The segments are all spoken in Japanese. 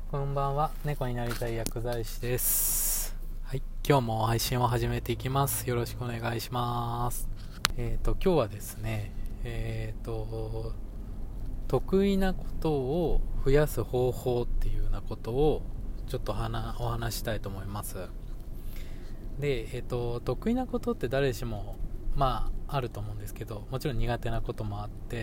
こんばんは。猫になりたい薬剤師です。はい、今日も配信を始めていきます。よろしくお願いします。今日はですね、得意なことを増やす方法っていうようなことをちょっとお話したいと思います。で、得意なことって誰しもあると思うんですけど、もちろん苦手なこともあって、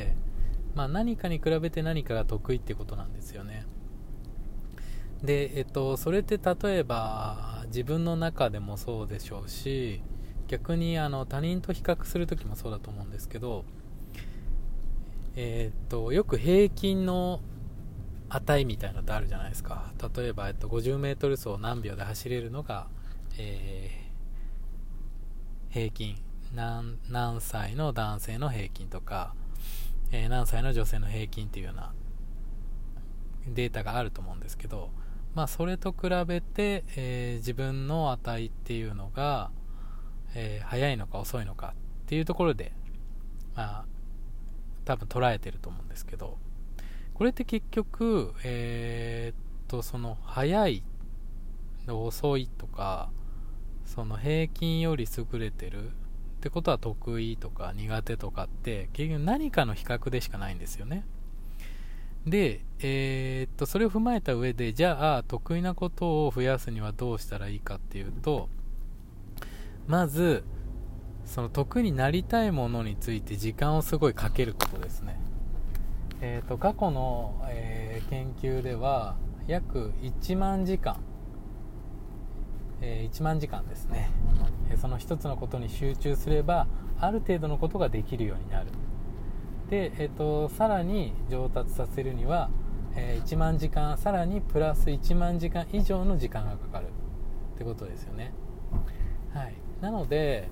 何かに比べて何かが得意ってことなんですよね。で、それって例えば自分の中でもそうでしょうし、逆に他人と比較するときもそうだと思うんですけど、よく平均の値みたいなのってあるじゃないですか。例えば、50メートル走何秒で走れるのが、平均何歳の男性の平均とか、何歳の女性の平均っていうようなデータがあると思うんですけど、それと比べて、自分の値っていうのが、速いのか遅いのかっていうところで、多分捉えてると思うんですけど、これって結局、その速い遅いとか、その平均より優れてるってことは得意とか苦手とかって結局何かの比較でしかないんですよね。で、それを踏まえた上で、じゃあ得意なことを増やすにはどうしたらいいかっていうと、まずその得意になりたいものについて時間をすごいかけることですね。過去の、研究では約1万時間、1万時間ですね、その一つのことに集中すればある程度のことができるようになる。で、さらに上達させるには、1万時間さらにプラス1万時間以上の時間がかかるってことですよね。はい、なので、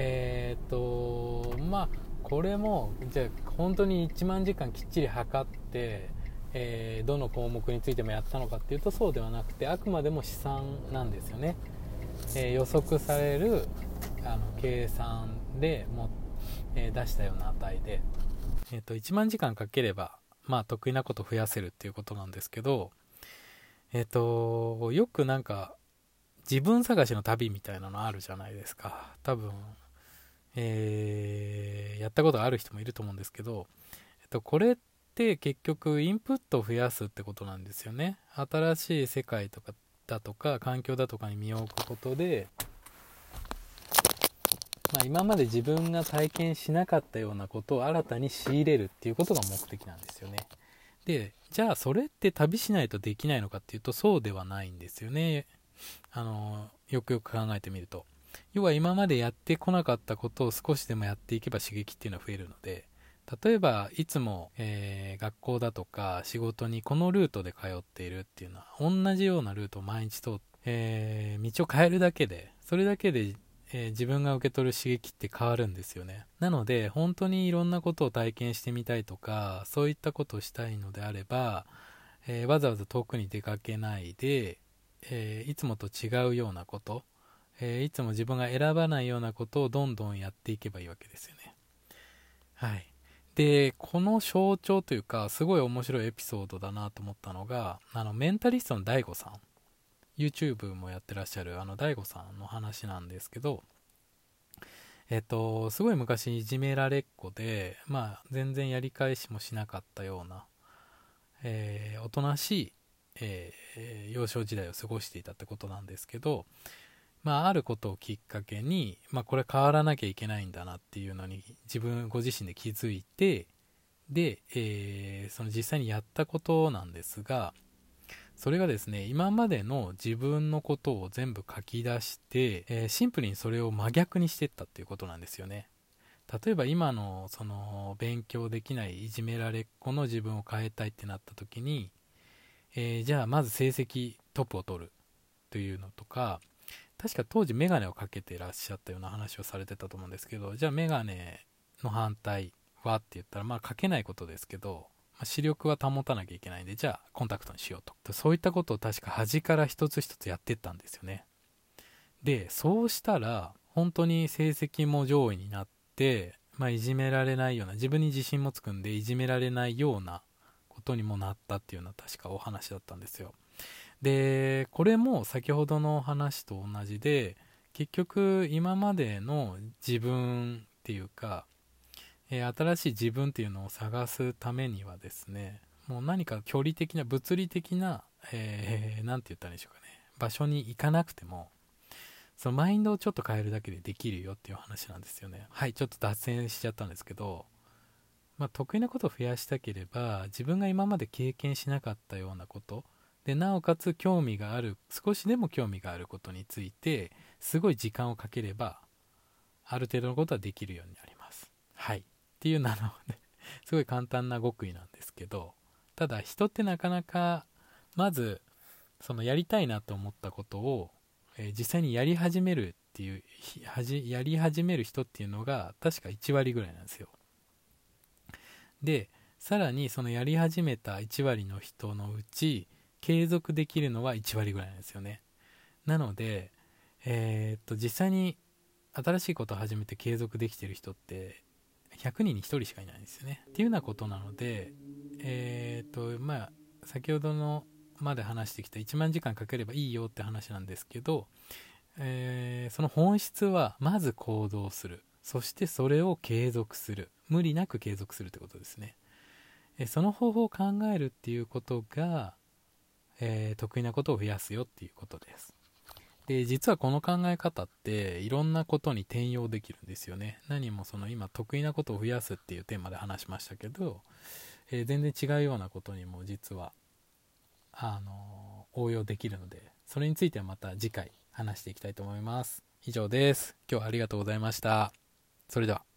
これもじゃあ本当に1万時間きっちり測って、どの項目についてもやったのかっていうとそうではなくて、あくまでも試算なんですよね。予測される計算でも、出したような値で、1万時間かければ、得意なことを増やせるっていうことなんですけど、よくなんか自分探しの旅みたいなのあるじゃないですか。多分、やったことがある人もいると思うんですけど、これって結局インプットを増やすってことなんですよね。新しい世界とかだとか環境だとかに身を置くことで、今まで自分が体験しなかったようなことを新たに仕入れるっていうことが目的なんですよね。で、じゃあそれって旅しないとできないのかっていうとそうではないんですよね。よくよく考えてみると、要は今までやってこなかったことを少しでもやっていけば刺激っていうのは増えるので、例えばいつも、学校だとか仕事にこのルートで通っているっていうのは同じようなルートを毎日通って、道を変えるだけでそれだけで、自分が受け取る刺激って変わるんですよね。なので本当にいろんなことを体験してみたいとかそういったことをしたいのであれば、わざわざ遠くに出かけないで、いつもと違うようなこと、いつも自分が選ばないようなことをどんどんやっていけばいいわけですよね。はい。で、この象徴というかすごい面白いエピソードだなと思ったのが、メンタリストの DAIGO さん、 YouTube もやってらっしゃるDAIGO さんの話なんですけど、すごい昔いじめられっ子で、全然やり返しもしなかったような、おとなしい、幼少時代を過ごしていたってことなんですけど、あることをきっかけに、これ変わらなきゃいけないんだなっていうのにご自身で気づいて、で、その実際にやったことなんですが、それがですね、今までの自分のことを全部書き出して、シンプルにそれを真逆にしていったっていうことなんですよね。例えば今のその勉強できないいじめられっ子の自分を変えたいってなった時に、じゃあまず成績トップを取るというのとか、確か当時メガネをかけてらっしゃったような話をされてたと思うんですけど、じゃあメガネの反対はって言ったら、かけないことですけど、視力は保たなきゃいけないんで、じゃあコンタクトにしようと、そういったことを確か端から一つ一つやってったんですよね。で、そうしたら本当に成績も上位になって、いじめられないような、自分に自信もつくんでいじめられないようなことにもなったっていうのは確かお話だったんですよ。 でこれも先ほどの話と同じで、結局今までの自分っていうか、新しい自分っていうのを探すためにはですね、もう何か距離的な物理的な、なんて言ったらいいでしょうかね、場所に行かなくても、そのマインドをちょっと変えるだけでできるよっていう話なんですよね。はい、ちょっと脱線しちゃったんですけど、得意なことを増やしたければ、自分が今まで経験しなかったようなことで、なおかつ興味がある、少しでも興味があることについてすごい時間をかければ、ある程度のことはできるようになります。はい、っていうのはね、すごい簡単な極意なんですけど、ただ人ってなかなか、まずそのやりたいなと思ったことを、実際にやり始めるっていう、やり始める人っていうのが確か1割ぐらいなんですよ。でさらにそのやり始めた1割の人のうち継続できるのは1割ぐらいなんですよね。なので、実際に新しいことを始めて継続できてる人って100人に1人しかいないんですよね。っていうようなことなので、先ほどのまで話してきた1万時間かければいいよって話なんですけど、その本質はまず行動する、そしてそれを継続する、無理なく継続するってことですね。その方法を考えるっていうことが、得意なことを増やすよっていうことです。で実はこの考え方っていろんなことに転用できるんですよね。何もその今得意なことを増やすっていうテーマで話しましたけど、全然違うようなことにも実は応用できるので、それについてはまた次回話していきたいと思います。以上です。今日はありがとうございました。それでは。